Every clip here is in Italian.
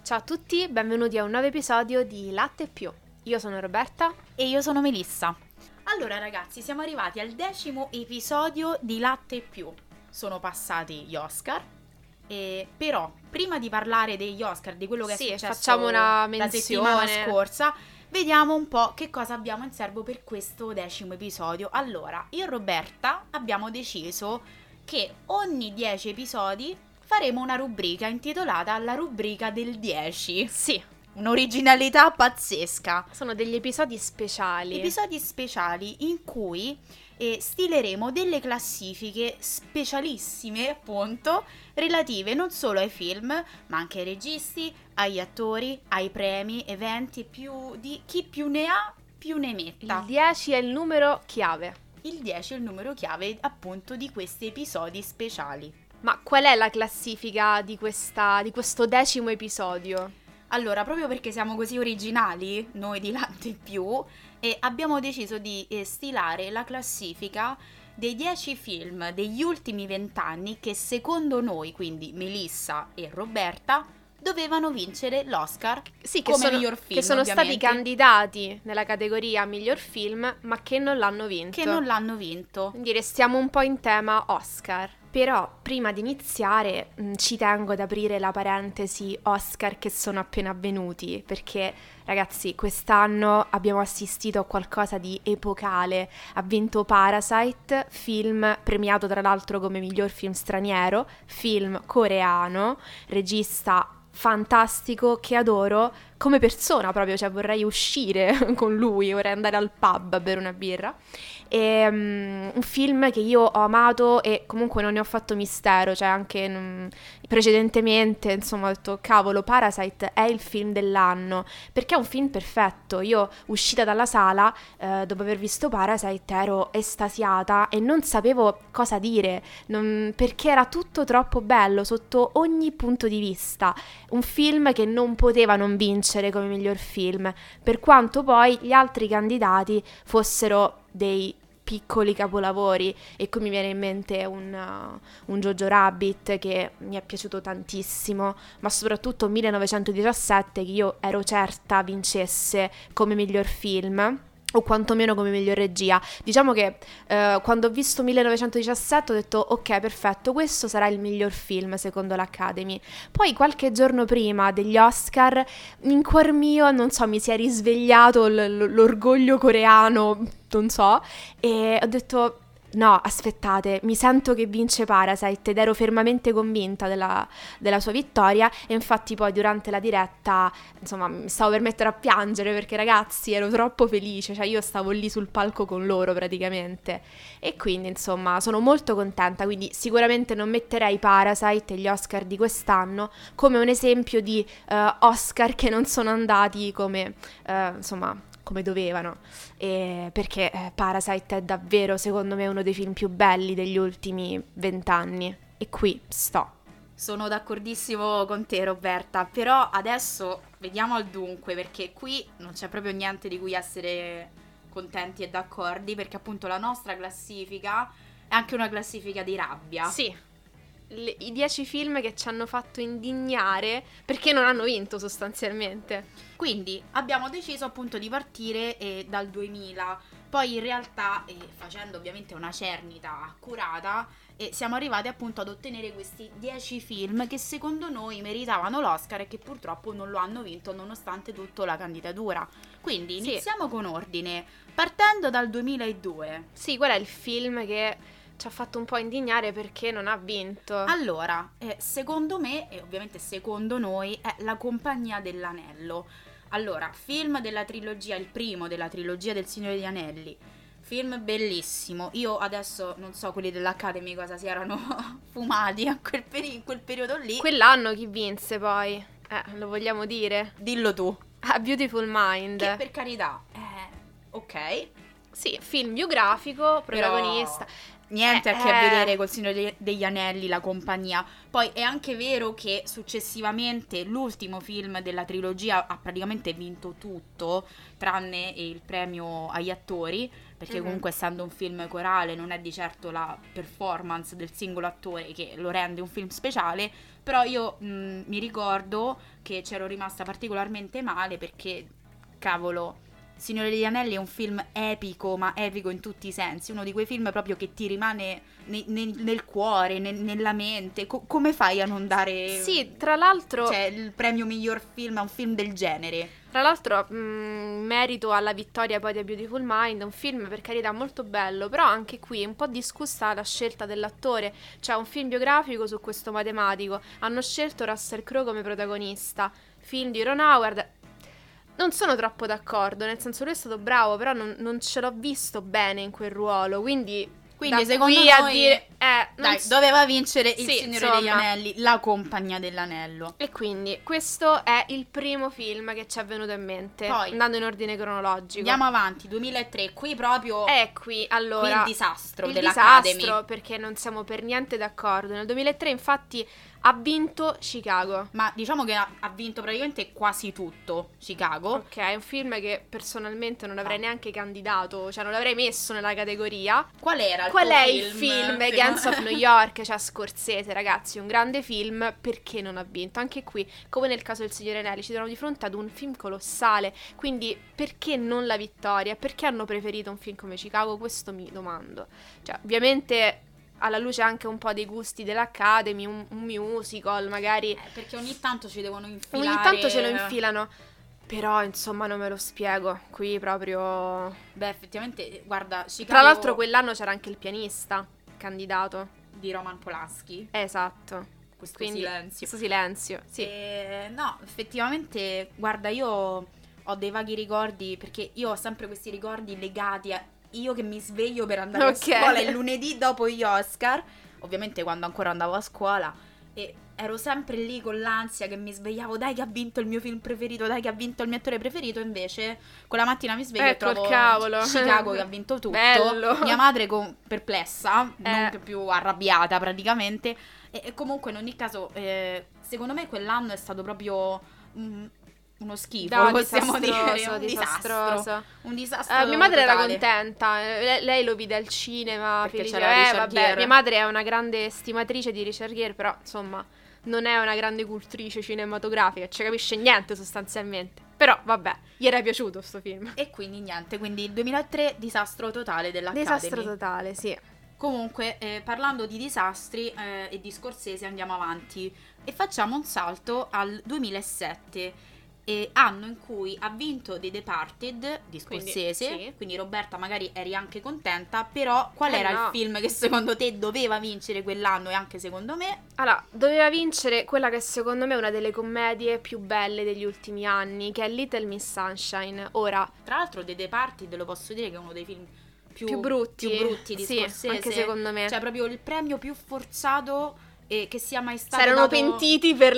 Ciao a tutti, benvenuti a un nuovo episodio di Latte e Più. Io sono Roberta. E io sono Melissa. Allora ragazzi, siamo arrivati al 10° episodio di Latte e Più. Sono passati gli Oscar, però prima di parlare degli Oscar, di quello che è successo facciamo una la menzione. settimana scorsa, vediamo un po' che cosa abbiamo in serbo per questo 10° episodio. Allora, io e Roberta abbiamo deciso che ogni 10 episodi faremo una rubrica intitolata La rubrica del 10. Sì, Un'originalità pazzesca. sono degli episodi speciali. Episodi speciali in cui stileremo delle classifiche specialissime, appunto, relative non solo ai film, ma anche ai registi, agli attori, ai premi, eventi, di chi più ne ha, più ne metta. Il 10 è il numero chiave. Il 10 è il numero chiave, appunto, di questi episodi speciali. Ma qual è la classifica di questo 10° episodio? Allora, proprio perché siamo così originali, noi di Latte e Più, abbiamo deciso di stilare la classifica dei 10 film degli ultimi 20 anni che secondo noi, quindi Melissa e Roberta, dovevano vincere l'Oscar come miglior film, che sono ovviamente. stati candidati nella categoria miglior film, ma che non l'hanno vinto. Quindi restiamo un po' in tema Oscar. Però prima di iniziare ci tengo ad aprire la parentesi Oscar che sono appena avvenuti, perché ragazzi quest'anno abbiamo assistito a qualcosa di epocale. Ha vinto Parasite, film premiato tra l'altro come miglior film straniero, film coreano, regista fantastico che adoro come persona proprio, cioè vorrei uscire con lui, vorrei andare al pub a bere una birra. Un film che io ho amato e comunque non ne ho fatto mistero, cioè anche precedentemente insomma ho detto cavolo, Parasite è il film dell'anno perché è un film perfetto. Io uscita dalla sala dopo aver visto Parasite ero estasiata e non sapevo cosa dire, perché era tutto troppo bello sotto ogni punto di vista. Un film che non poteva non vincere come miglior film, per quanto poi gli altri candidati fossero dei piccoli capolavori, e qui mi viene in mente un Jojo Rabbit che mi è piaciuto tantissimo, ma soprattutto 1917 che io ero certa vincesse come miglior film o quantomeno come miglior regia. Diciamo che quando ho visto 1917 ho detto ok, perfetto, questo sarà il miglior film secondo l'Academy. Poi qualche giorno prima degli Oscar in cuor mio, non so, mi si è risvegliato l'orgoglio coreano, non so, e ho detto no, aspettate, mi sento che vince Parasite ed ero fermamente convinta della sua vittoria, e infatti poi durante la diretta insomma mi stavo per mettere a piangere perché ragazzi ero troppo felice, cioè io stavo lì sul palco con loro praticamente, e quindi insomma sono molto contenta. Quindi sicuramente non metterei Parasite e gli Oscar di quest'anno come un esempio di Oscar che non sono andati come come dovevano, perché Parasite è davvero secondo me uno dei film più belli degli ultimi 20 anni, e qui sto. Sono d'accordissimo con te Roberta, però adesso vediamo al dunque, perché qui non c'è proprio niente di cui essere contenti e d'accordi, perché appunto la nostra classifica è anche una classifica di rabbia. Sì, i 10 film che ci hanno fatto indignare perché non hanno vinto sostanzialmente. Quindi abbiamo deciso appunto di partire dal 2000, poi in realtà facendo ovviamente una cernita accurata siamo arrivati appunto ad ottenere questi 10 film che secondo noi meritavano l'Oscar e che purtroppo non lo hanno vinto nonostante tutta la candidatura. Quindi iniziamo con ordine, partendo dal 2002. Sì, qual è il film che ci ha fatto un po' indignare perché non ha vinto? Allora, secondo me, e ovviamente secondo noi, è La Compagnia dell'Anello. Allora, film della trilogia, il primo della trilogia del Signore degli Anelli. Film bellissimo. Io adesso non so quelli dell'Academy cosa si erano fumati in quel periodo lì. Quell'anno chi vinse poi? Lo vogliamo dire? Dillo tu. A Beautiful Mind. Che per carità, ok. Sì, film biografico, protagonista. Però niente a che vedere col Signore degli Anelli, La Compagnia. Poi è anche vero che successivamente l'ultimo film della trilogia ha praticamente vinto tutto, tranne il premio agli attori, perché comunque essendo un film corale non è di certo la performance del singolo attore che lo rende un film speciale, però io mi ricordo che c'ero rimasta particolarmente male perché, cavolo, Signore degli Anelli è un film epico, ma epico in tutti i sensi, uno di quei film proprio che ti rimane nel cuore, nella mente. Come fai a non dare... Sì, tra l'altro... Cioè, il premio miglior film a un film del genere? Tra l'altro, merito alla vittoria poi di A Beautiful Mind, un film per carità molto bello, però anche qui è un po' discussa la scelta dell'attore. C'è un film biografico su questo matematico, hanno scelto Russell Crowe come protagonista, film di Ron Howard. Non sono troppo d'accordo, nel senso lui è stato bravo, però non ce l'ho visto bene in quel ruolo, quindi secondo noi a dire, doveva vincere il sì, Signore degli Anelli, la Compagnia dell'Anello. E quindi questo è il primo film che ci è venuto in mente, poi, andando in ordine cronologico. Andiamo avanti, 2003, qui proprio qui, allora, qui il disastro dell'Academy. Il disastro, perché non siamo per niente d'accordo. Nel 2003 infatti ha vinto Chicago. Ma diciamo che ha vinto praticamente quasi tutto Chicago. Ok, è un film che personalmente non avrei neanche candidato, cioè non l'avrei messo nella categoria. Qual era Qual è il film? Gangs of New York, cioè Scorsese, ragazzi, un grande film, perché non ha vinto? Anche qui, come nel caso del Signore Anelli, ci troviamo di fronte ad un film colossale, quindi perché non la vittoria? Perché hanno preferito un film come Chicago? Questo mi domando. Cioè, ovviamente... alla luce anche un po' dei gusti dell'Academy, un musical magari, perché ogni tanto ci devono infilare, ogni tanto ce lo infilano, però insomma non me lo spiego, qui proprio... Beh, effettivamente, guarda, Chicago... Tra l'altro quell'anno c'era anche il pianista candidato di Roman Polanski. Esatto. Questo silenzio, sì. No, effettivamente, guarda, io ho dei vaghi ricordi, perché io ho sempre questi ricordi legati a io che mi sveglio per andare a scuola il lunedì dopo gli Oscar, ovviamente quando ancora andavo a scuola, e ero sempre lì con l'ansia che mi svegliavo, dai che ha vinto il mio film preferito, dai che ha vinto il mio attore preferito, invece quella mattina mi sveglio e trovo Chicago che ha vinto tutto. Bello. Mia madre perplessa, non più arrabbiata praticamente, e comunque in ogni caso secondo me quell'anno è stato proprio... uno schifo, lo possiamo dire, un disastro. Un disastro. Mia madre totale. era contenta, lei lo vide al cinema, perché felice. c'era Richard Gere. Mia madre è una grande stimatrice di Richard Gere, però insomma non è una grande cultrice cinematografica, ci capisce niente sostanzialmente. Però vabbè, gli era piaciuto sto film. E quindi niente, quindi il 2003 disastro totale dell'Academy. Disastro totale, sì. Comunque, parlando di disastri e di Scorsese, andiamo avanti e facciamo un salto al 2007. Anno in cui ha vinto The Departed di Scorsese, quindi Roberta magari eri anche contenta, però qual era il film che secondo te doveva vincere quell'anno e anche secondo me? Allora, doveva vincere quella che secondo me è una delle commedie più belle degli ultimi anni, che è Little Miss Sunshine. Ora, tra l'altro The Departed lo posso dire che è uno dei film più brutti di Scorsese, anche secondo me. Cioè proprio il premio più forzato che sia mai stato erano dato... pentiti per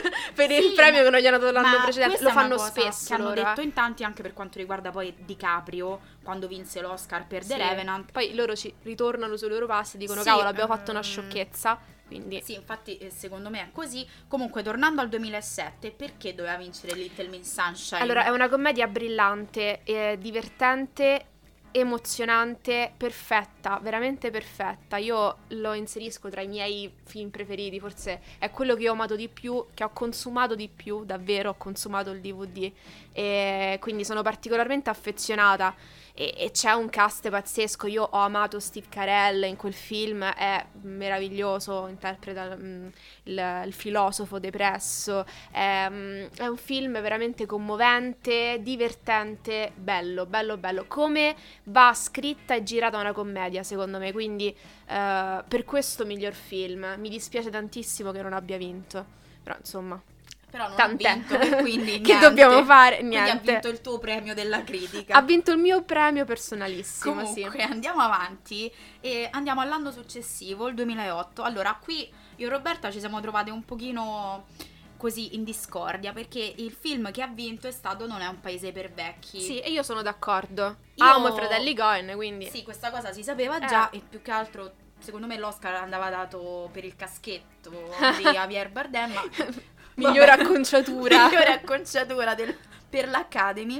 il premio che non gli hanno dato l'anno precedente. Lo fanno spesso, che hanno detto in tanti, anche per quanto riguarda poi DiCaprio quando vinse l'Oscar per The Revenant. Poi loro ci ritornano sui loro passi e dicono cavolo, abbiamo fatto una sciocchezza. Quindi sì, infatti secondo me è così. Comunque, tornando al 2007, perché doveva vincere Little Miss Sunshine? Allora, è una commedia brillante, divertente, emozionante, perfetta, veramente perfetta. Io lo inserisco tra i miei film preferiti, forse è quello che ho amato di più, che ho consumato di più, davvero ho consumato il DVD e quindi sono particolarmente affezionata e c'è un cast pazzesco. Io ho amato Steve Carell in quel film, è meraviglioso, interpreta il filosofo depresso, è un film veramente commovente, divertente, bello, come va scritta e girata una commedia secondo me, quindi per questo miglior film. Mi dispiace tantissimo che non abbia vinto, però insomma, però non ha vinto, quindi che dobbiamo fare? Niente. Quindi ha vinto il tuo premio della critica. Ha vinto il mio premio personalissimo. Comunque andiamo avanti e andiamo all'anno successivo, il 2008. Allora qui io e Roberta ci siamo trovate un pochino così in discordia, perché il film che ha vinto è stato Non è un paese per vecchi. Sì, e io sono d'accordo. Amo i fratelli Coen, quindi sì, questa cosa si sapeva già e più che altro secondo me l'Oscar andava dato per il caschetto di Javier Bardem, ma migliore acconciatura per l'Academy.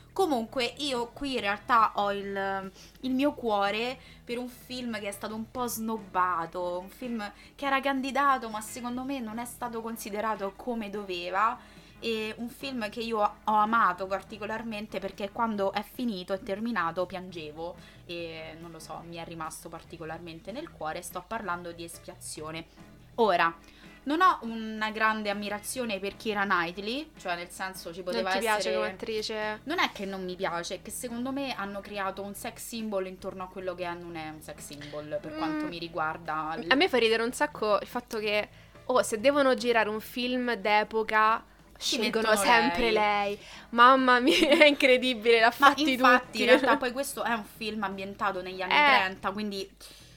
Comunque io qui in realtà ho il mio cuore per un film che è stato un po' snobbato, un film che era candidato ma secondo me non è stato considerato come doveva, e un film che io ho amato particolarmente perché quando è finito, è terminato, piangevo e non lo so, mi è rimasto particolarmente nel cuore. Sto parlando di Espiazione. Ora, non ho una grande ammirazione per Keira Knightley, cioè nel senso ci poteva essere... Non ti piace come attrice? Non è che non mi piace, è che secondo me hanno creato un sex symbol intorno a quello che non è un sex symbol per quanto mi riguarda. A me fa ridere un sacco il fatto che, se devono girare un film d'epoca... scelgono sempre lei. Mamma mia, è incredibile, l'ha fatti tutti. Ma infatti, in realtà poi questo è un film ambientato negli anni 30, quindi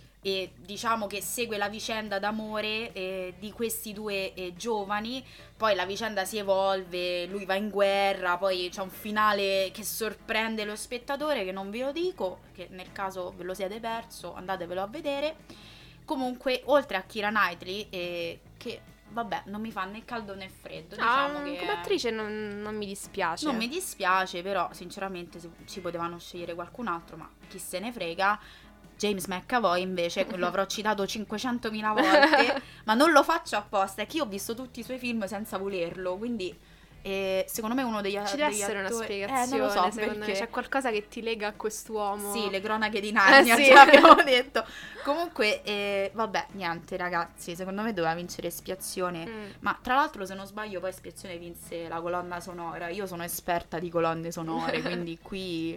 diciamo che segue la vicenda d'amore di questi due giovani. Poi la vicenda si evolve, lui va in guerra, poi c'è un finale che sorprende lo spettatore, che non ve lo dico, che nel caso ve lo siete perso, andatevelo a vedere. Comunque, oltre a Keira Knightley, che... vabbè, non mi fa né caldo né freddo. Diciamo che come attrice non mi dispiace. Non mi dispiace, però sinceramente ci potevano scegliere qualcun altro, ma chi se ne frega. James McAvoy invece lo avrò citato 500.000 volte, ma non lo faccio apposta, è che io ho visto tutti i suoi film senza volerlo, quindi secondo me uno degli attori... Ci deve essere una spiegazione, non lo so, secondo me c'è qualcosa che ti lega a quest'uomo. Sì, le cronache di Narnia, sì. ce l'abbiamo detto. Comunque, vabbè, niente ragazzi, secondo me doveva vincere Espiazione, ma tra l'altro se non sbaglio poi Espiazione vinse la colonna sonora. Io sono esperta di colonne sonore, quindi qui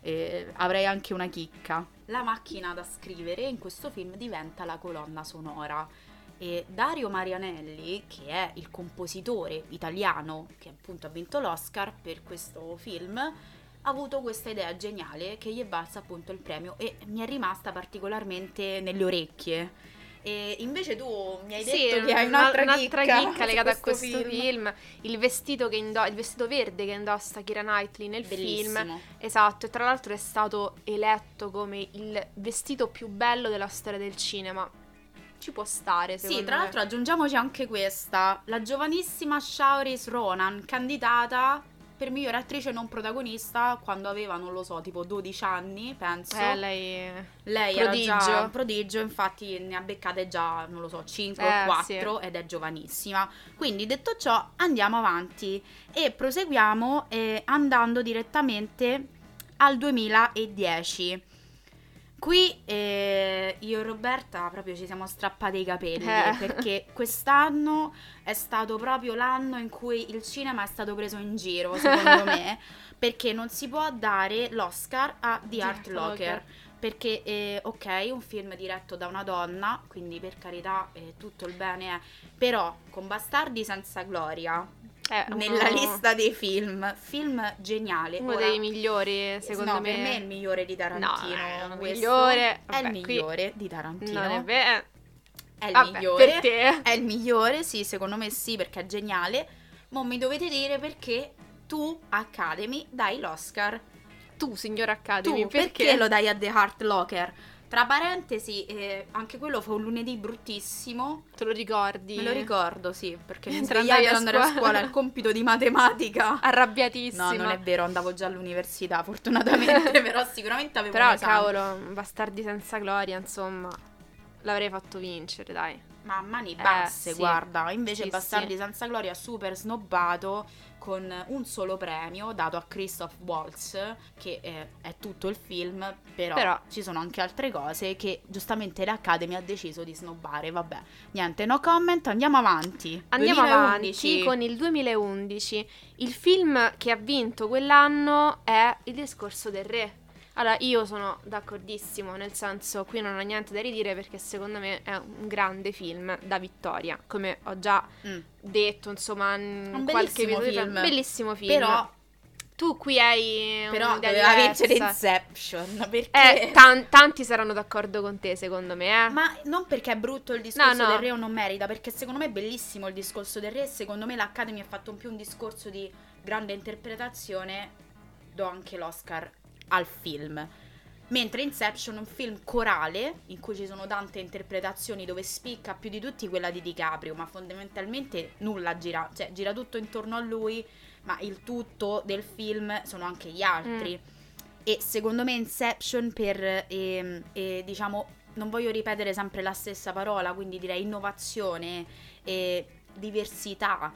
avrei anche una chicca. La macchina da scrivere in questo film diventa la colonna sonora. E Dario Marianelli, che è il compositore italiano che appunto ha vinto l'Oscar per questo film, ha avuto questa idea geniale che gli è valsa appunto il premio e mi è rimasta particolarmente nelle orecchie. E invece tu mi hai detto che hai un'altra chicca legata a questo film. Il vestito il vestito verde che indossa Keira Knightley nel film. Esatto, e tra l'altro è stato eletto come il vestito più bello della storia del cinema. Ci può stare, secondo me. Sì, tra l'altro aggiungiamoci anche questa, la giovanissima Saoirse Ronan, candidata per miglior attrice non protagonista quando aveva, non lo so, tipo 12 anni, penso. Lei prodigio. Era già un prodigio, infatti ne ha beccate già, non lo so, 5 o 4 ed è giovanissima. Quindi detto ciò, andiamo avanti e proseguiamo andando direttamente al 2010. Qui io e Roberta proprio ci siamo strappati i capelli perché quest'anno è stato proprio l'anno in cui il cinema è stato preso in giro, secondo me, perché non si può dare l'Oscar a The Hurt Locker. Perché, ok, un film diretto da una donna, quindi per carità tutto il bene è, però con Bastardi senza gloria... nella lista dei film geniale, uno dei migliori secondo me. Per me è il migliore di Tarantino. No, migliore, è il migliore di Tarantino. Non è vero. È il migliore per te. È il migliore, sì, secondo me sì, perché è geniale. Ma mi dovete dire perché tu Academy dai l'Oscar. Tu signor Academy, perché lo dai a The Hurt Locker? Tra parentesi, anche quello fa un lunedì bruttissimo. Te lo ricordi? Me lo ricordo, sì, perché mi svegliavo per andare a scuola, il compito di matematica. Arrabbiatissima. No, non è vero, andavo già all'università, fortunatamente, però sicuramente avevo un esame. Cavolo, Bastardi senza gloria, insomma, l'avrei fatto vincere, dai. Ma a mani basse, sì. guarda. Invece sì, Bastardi senza gloria super snobbato, con un solo premio dato a Christoph Waltz, che è tutto il film, però ci sono anche altre cose che giustamente l'Academy ha deciso di snobbare. Vabbè, niente, no comment, andiamo avanti. Andiamo avanti con il 2011. Il film che ha vinto quell'anno è Il discorso del re. Allora, io sono d'accordissimo, nel senso, qui non ho niente da ridire perché secondo me è un grande film da vittoria, come ho già detto, insomma, in qualche video. Bellissimo film. Però tu qui hai un'idea doveva diversa. vincere Inception, perché tanti saranno d'accordo con te, secondo me, Ma non perché è brutto il discorso del re o non merita, perché secondo me è bellissimo il discorso del re, secondo me l'Academy ha fatto più un discorso di grande interpretazione, do anche l'Oscar al film. Mentre Inception è un film corale, in cui ci sono tante interpretazioni, dove spicca più di tutti quella di DiCaprio, ma fondamentalmente nulla gira, cioè gira tutto intorno a lui, ma il tutto del film sono anche gli altri. E secondo me Inception per, diciamo, non voglio ripetere sempre la stessa parola, quindi direi innovazione, diversità,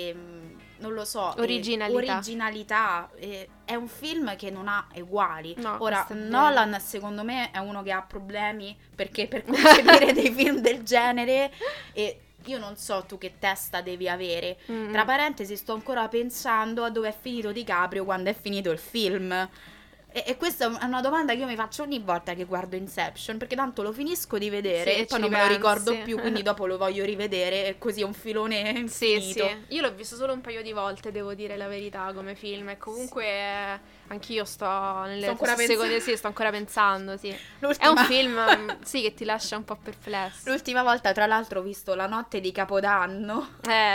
non lo so, originalità, è un film che non ha uguali. No, ora Nolan secondo me è uno che ha problemi, perché per concepire dei film del genere, e io non so tu che testa devi avere. Tra parentesi, sto ancora pensando a dove è finito DiCaprio quando è finito il film. E questa è una domanda che io mi faccio ogni volta che guardo Inception, perché tanto lo finisco di vedere e poi non me lo ricordo più, quindi dopo lo voglio rivedere e così è un filone infinito. Sì, io l'ho visto solo un paio di volte, devo dire la verità, come film, e comunque anch'io sto ancora pensando, sì. È un film, sì, che ti lascia un po' perplesso. L'ultima volta, tra l'altro, ho visto La notte di Capodanno,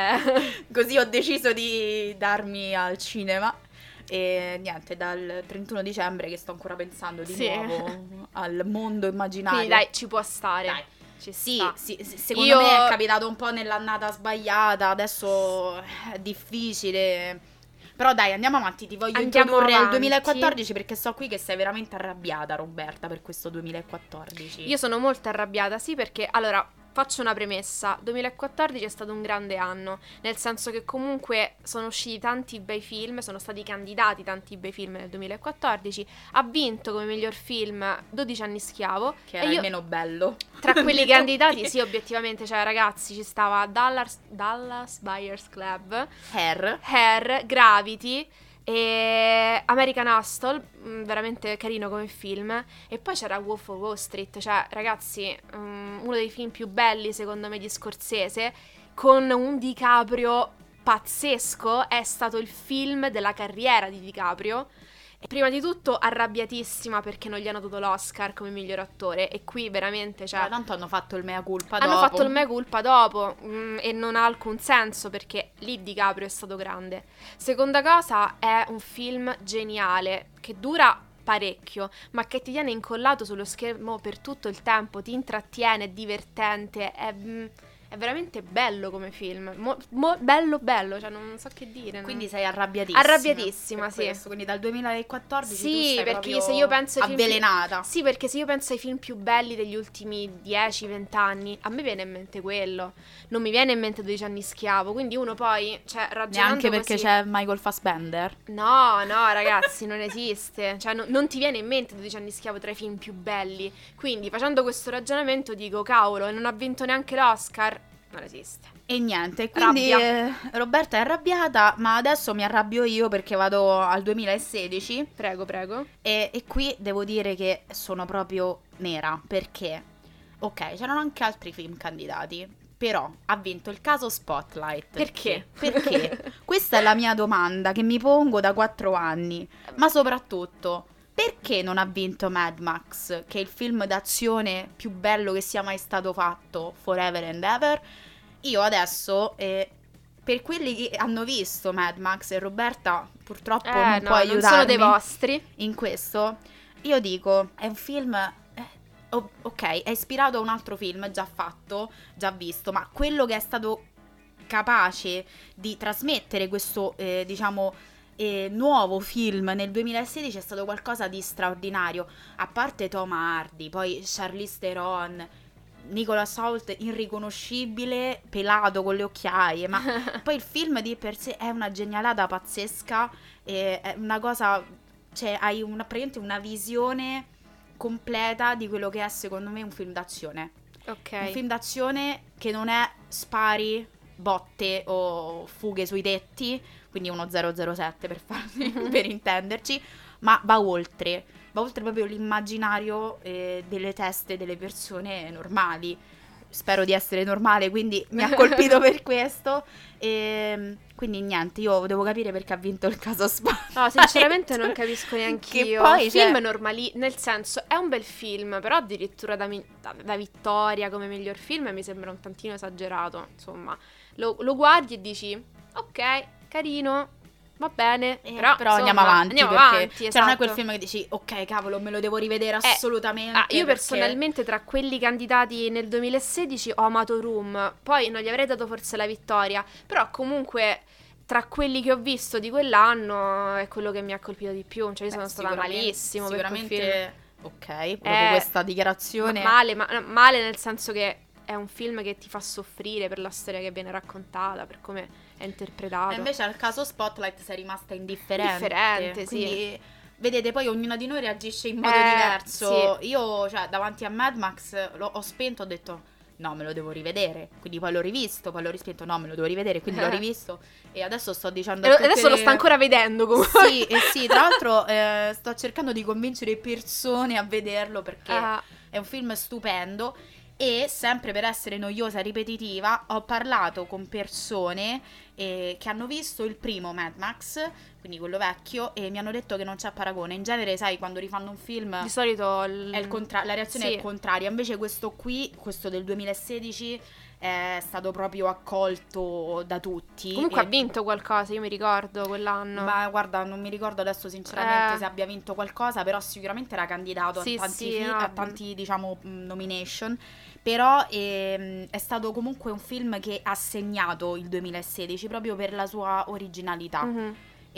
così ho deciso di darmi al cinema. E niente, dal 31 dicembre che sto ancora pensando di nuovo al mondo immaginario. Quindi dai, ci può stare. Dai. Secondo me è capitato un po' nell'annata sbagliata, adesso è difficile. Però dai, andiamo avanti, ti voglio introdurre al 2014, perché so qui che sei veramente arrabbiata, Roberta, per questo 2014. Io sono molto arrabbiata, sì, perché allora faccio una premessa: 2014 è stato un grande anno, nel senso che comunque sono usciti tanti bei film, sono stati candidati tanti bei film nel 2014, ha vinto come miglior film 12 anni schiavo, che era il meno bello tra quelli candidati. Sì, obiettivamente, cioè ragazzi, ci stava Dallas Buyers Club, Hair, Gravity e American Hustle, veramente carino come film. E poi c'era Wolf of Wall Street, cioè ragazzi, uno dei film più belli secondo me di Scorsese, con un DiCaprio pazzesco. È stato il film della carriera di DiCaprio. E prima di tutto arrabbiatissima perché non gli hanno dato l'Oscar come miglior attore, e qui veramente, cioè, tanto hanno fatto il mea culpa dopo e non ha alcun senso, perché lì DiCaprio è stato grande. Seconda cosa, è un film geniale che dura parecchio, ma che ti tiene incollato sullo schermo per tutto il tempo, ti intrattiene, è divertente, è veramente bello come film, bello, cioè non so che dire. Quindi sei arrabbiatissima, sì. Questo, quindi dal 2014 sì, tu sei perché se io penso avvelenata. Sì, perché se io penso ai film più belli degli ultimi 10-20 anni, a me viene in mente quello, non mi viene in mente 12 anni schiavo, quindi uno poi, cioè, ragionando neanche perché così, c'è Michael Fassbender? No, ragazzi, non esiste, cioè non ti viene in mente 12 anni schiavo tra i film più belli, quindi facendo questo ragionamento dico, cavolo, e non ha vinto neanche l'Oscar? Non esiste. E niente, quindi Roberta è arrabbiata, ma adesso mi arrabbio io perché vado al 2016. Prego. E qui devo dire che sono proprio nera, perché, ok, c'erano anche altri film candidati, però ha vinto il caso Spotlight. Perché? Perché? Questa è la mia domanda che mi pongo da 4 anni, ma soprattutto, perché non ha vinto Mad Max, che è il film d'azione più bello che sia mai stato fatto, Forever and Ever? Io adesso, per quelli che hanno visto Mad Max, e Roberta purtroppo non può aiutarmi, non sono dei vostri in questo, io dico, è un film, ok, è ispirato a un altro film già fatto, già visto, ma quello che è stato capace di trasmettere questo, diciamo, nuovo film nel 2016 è stato qualcosa di straordinario. A parte Tom Hardy, poi Charlize Theron, Nicolas Hoult irriconoscibile, pelato con le occhiaie, ma poi il film di per sé è una genialata pazzesca, è una cosa, cioè hai praticamente una visione completa di quello che è secondo me un film d'azione. Ok. Un film d'azione che non è spari, botte o fughe sui tetti, quindi uno 007 per intenderci, ma va oltre proprio l'immaginario delle teste delle persone normali. Spero di essere normale, quindi mi ha colpito per questo. Quindi niente, io devo capire perché ha vinto il caso Spotlight. No, sinceramente non capisco neanch'io. Che poi film normali, nel senso, è un bel film, però addirittura da vittoria come miglior film mi sembra un tantino esagerato. Insomma, lo guardi e dici, ok, carino, va bene, però insomma, andiamo avanti, esatto. Cioè non è quel film che dici ok cavolo me lo devo rivedere assolutamente. Io personalmente tra quelli candidati nel 2016 ho amato Room, poi non gli avrei dato forse la vittoria, però comunque tra quelli che ho visto di quell'anno è quello che mi ha colpito di più, cioè io sono stata malissimo sicuramente per quel film. Ok, proprio questa dichiarazione male nel senso che è un film che ti fa soffrire per la storia che viene raccontata, per come è interpretato. E invece al caso Spotlight sei rimasta indifferente, quindi sì. Vedete, poi ognuno di noi reagisce in modo diverso. Sì. Io, cioè, davanti a Mad Max ho spento, ho detto no, me lo devo rivedere. Quindi poi l'ho rivisto, poi l'ho rispento, no, me lo devo rivedere, quindi l'ho rivisto. E adesso sto dicendo adesso lo sta ancora vedendo comunque. Sì, tra l'altro sto cercando di convincere persone a vederlo perché è un film stupendo. E sempre per essere noiosa e ripetitiva ho parlato con persone che hanno visto il primo Mad Max, quindi quello vecchio, e mi hanno detto che non c'è paragone. In genere, sai, quando rifanno un film di solito è la reazione è il contrario. Invece questo del 2016 è stato proprio accolto da tutti. Comunque ha vinto qualcosa, io mi ricordo quell'anno. Ma guarda, non mi ricordo adesso sinceramente se abbia vinto qualcosa, però sicuramente era candidato a tanti diciamo nomination. Però è stato comunque un film che ha segnato il 2016 proprio per la sua originalità. Mm-hmm.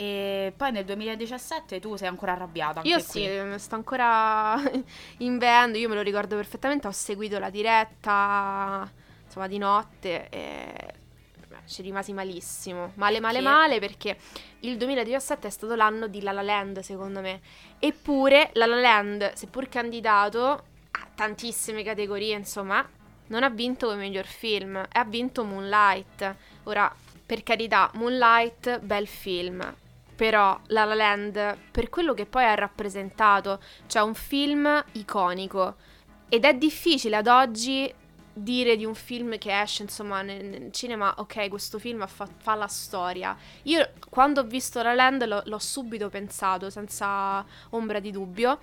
E poi nel 2017 tu sei ancora arrabbiata anche io qui. Sì, sto ancora inveendo, io me lo ricordo perfettamente, ho seguito la diretta insomma di notte e ci rimasi malissimo, male perché il 2017 è stato l'anno di La La Land secondo me, eppure La La Land, seppur candidato a tantissime categorie insomma, non ha vinto come miglior film e ha vinto Moonlight. Ora, per carità, Moonlight, bel film, però La La Land, per quello che poi ha rappresentato, cioè un film iconico, ed è difficile ad oggi dire di un film che esce insomma nel cinema, ok, questo film fa la storia. Io quando ho visto La La Land l'ho subito pensato senza ombra di dubbio,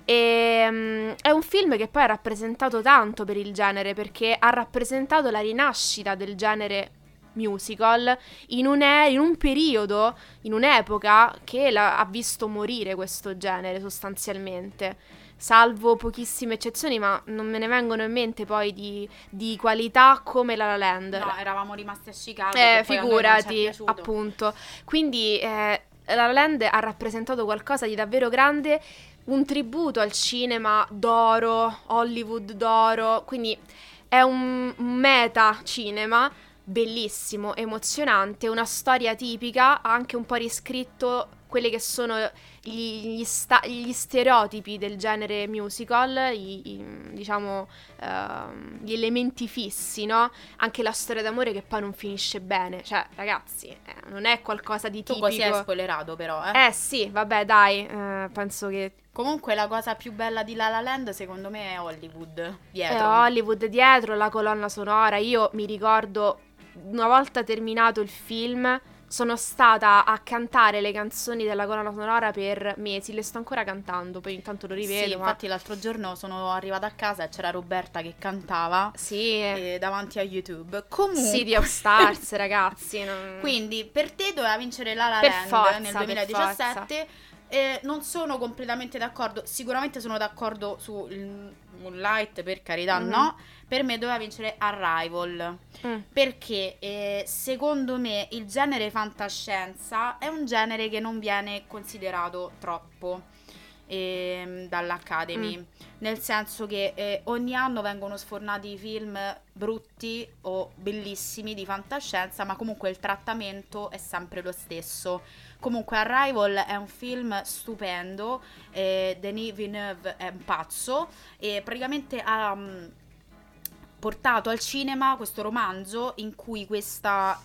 e è un film che poi ha rappresentato tanto per il genere, perché ha rappresentato la rinascita del genere musical in un periodo, in un'epoca che ha visto morire questo genere sostanzialmente, salvo pochissime eccezioni, ma non me ne vengono in mente poi di qualità come La La Land. No, eravamo rimasti a Chicago, figurati, appunto. Quindi La La Land ha rappresentato qualcosa di davvero grande, un tributo al cinema d'oro, Hollywood d'oro, quindi è un meta cinema bellissimo, emozionante, una storia tipica, ha anche un po' riscritto quelli che sono gli stereotipi del genere musical, diciamo gli elementi fissi, no? Anche la storia d'amore che poi non finisce bene, cioè ragazzi, non è qualcosa di tipico. Tu quasi hai spoilerato però, sì, vabbè dai, penso che... Comunque la cosa più bella di La La Land secondo me è Hollywood dietro. Hollywood dietro, la colonna sonora, io mi ricordo una volta terminato il film sono stata a cantare le canzoni della colonna sonora per mesi, le sto ancora cantando, poi intanto lo rivedo. Sì, infatti l'altro giorno sono arrivata a casa e c'era Roberta che cantava davanti a YouTube. Comunque City of Stars, ragazzi. Quindi per te doveva vincere La La Land nel 2017. Non sono completamente d'accordo, sicuramente sono d'accordo su Moonlight, per carità, no. Per me doveva vincere Arrival, perché secondo me il genere fantascienza è un genere che non viene considerato troppo dall'Academy, nel senso che ogni anno vengono sfornati film brutti o bellissimi di fantascienza, ma comunque il trattamento è sempre lo stesso. Comunque Arrival è un film stupendo, Denis Villeneuve è un pazzo e praticamente ha portato al cinema questo romanzo in cui questa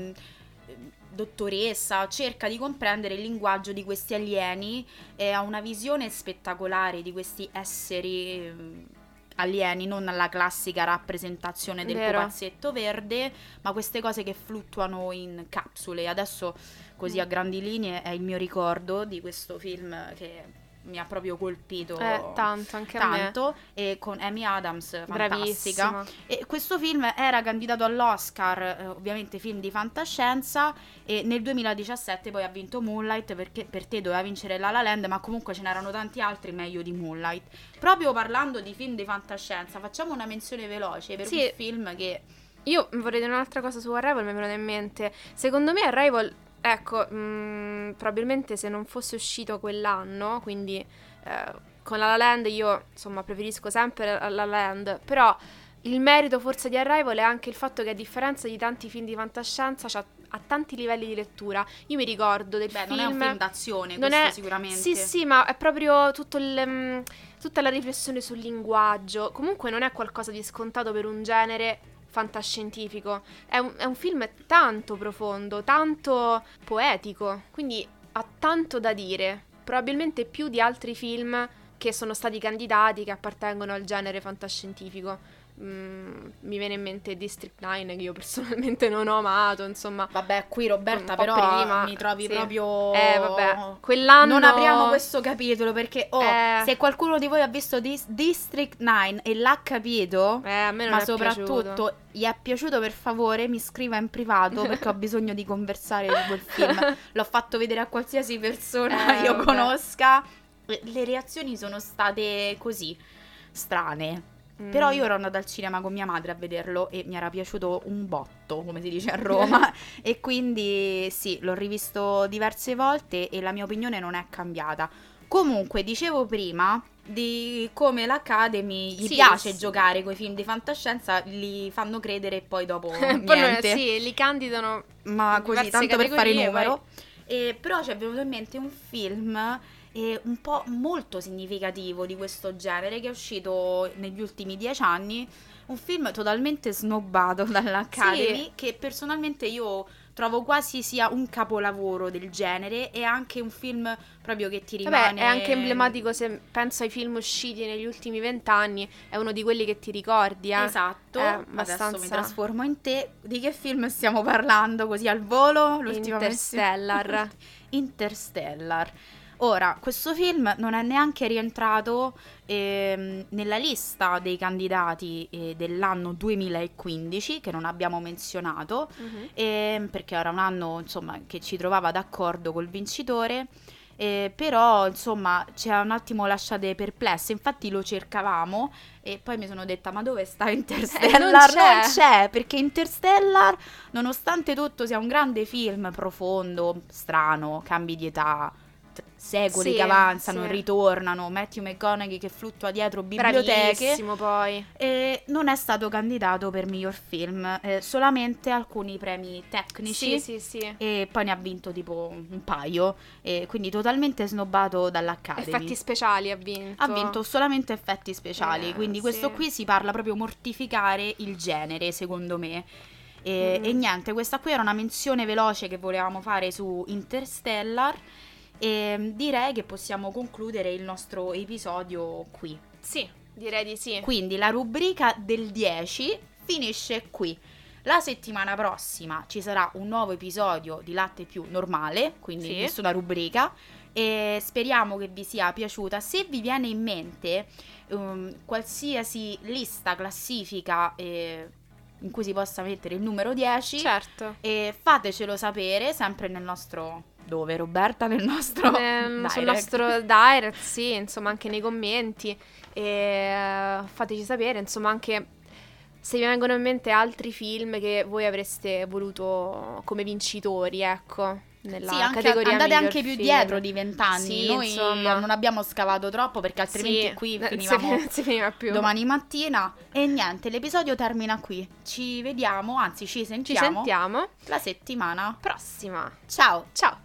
dottoressa cerca di comprendere il linguaggio di questi alieni e ha una visione spettacolare di questi esseri alieni, non la classica rappresentazione del pupazzetto verde, ma queste cose che fluttuano in capsule. Adesso così a grandi linee è il mio ricordo di questo film che mi ha proprio colpito tanto, anche tanto, a me. E con Amy Adams, fantastica. Bravissima. E questo film era candidato all'Oscar, ovviamente film di fantascienza, e nel 2017 poi ha vinto Moonlight, perché per te doveva vincere La La Land, ma comunque ce n'erano tanti altri meglio di Moonlight. Proprio parlando di film di fantascienza, facciamo una menzione veloce per un film che... Io vorrei dire un'altra cosa su Arrival, mi è venuta in mente. Secondo me Arrival, ecco, probabilmente se non fosse uscito quell'anno, quindi con La La Land io, insomma, preferisco sempre La La Land, però il merito forse di Arrival è anche il fatto che, a differenza di tanti film di fantascienza, ha tanti livelli di lettura. Io mi ricordo del film... non è un film d'azione, questo sicuramente. Sì, ma è proprio tutta la riflessione sul linguaggio. Comunque non è qualcosa di scontato per un genere fantascientifico. È un film tanto profondo, tanto poetico, quindi ha tanto da dire, probabilmente più di altri film che sono stati candidati, che appartengono al genere fantascientifico. Mi viene in mente District 9, che io personalmente non ho amato, insomma. Vabbè, qui Roberta però prima, mi trovi proprio... vabbè, quell'anno... Non apriamo questo capitolo, perché se qualcuno di voi ha visto District 9 e l'ha capito, a me non ma è soprattutto piaciuto. Gli è piaciuto, per favore mi scriva in privato, perché ho bisogno di conversare di quel film. L'ho fatto vedere a qualsiasi persona io conosca. Le reazioni sono state così strane. Però io ero andata al cinema con mia madre a vederlo e mi era piaciuto un botto, come si dice a Roma. E quindi sì, l'ho rivisto diverse volte e la mia opinione non è cambiata. Comunque, dicevo prima di come l'Academy gli piace giocare coi film di fantascienza, li fanno credere e poi dopo niente. Sì, li candidano, ma così, tanto per fare numero. Però ci è venuto in mente un film un po' molto significativo di questo genere, che è uscito negli ultimi 10 anni, un film totalmente snobbato dall'Academy, che personalmente io trovo quasi sia un capolavoro del genere, e anche un film proprio che ti rimane... è anche emblematico, se penso ai film usciti negli ultimi 20 anni, è uno di quelli che ti ricordi, Esatto, adesso mi trasformo in te. Di che film stiamo parlando così al volo? Interstellar. Ora, questo film non è neanche rientrato nella lista dei candidati dell'anno 2015, che non abbiamo menzionato, perché era un anno, insomma, che ci trovava d'accordo col vincitore, però, insomma, ci ha un attimo lasciate perplesse. Infatti lo cercavamo e poi mi sono detta: ma dove sta Interstellar? Non c'è, perché Interstellar, nonostante tutto sia un grande film, profondo, strano, cambi di età, secoli che avanzano, ritornano, Matthew McConaughey che fluttua dietro biblioteche, bravissimo, poi non è stato candidato per miglior film, solamente alcuni premi tecnici, sì. E poi ne ha vinto tipo un paio, quindi totalmente snobbato dall'Academy. Effetti speciali ha vinto solamente effetti speciali, quindi questo qui si parla proprio mortificare il genere, secondo me. E niente, questa qui era una menzione veloce che volevamo fare su Interstellar. E direi che possiamo concludere il nostro episodio qui. Sì, direi di sì. Quindi la rubrica del 10 finisce qui. La settimana prossima ci sarà un nuovo episodio di Latte Più normale, quindi nessuna rubrica. E speriamo che vi sia piaciuta. Se vi viene in mente qualsiasi lista, classifica in cui si possa mettere il numero 10, certo, fatecelo sapere, sempre nel nostro... Dove, Roberta? Nel nostro direct. Sul nostro direct, sì, insomma, anche nei commenti. E fateci sapere, insomma, anche se vi vengono in mente altri film che voi avreste voluto come vincitori, ecco, nella categoria andate anche film. Più dietro di 20 anni. Sì, noi insomma, non abbiamo scavato troppo, perché altrimenti qui finivamo si finiva più domani mattina. E niente, l'episodio termina qui. Ci vediamo, anzi ci sentiamo la settimana prossima. Ciao.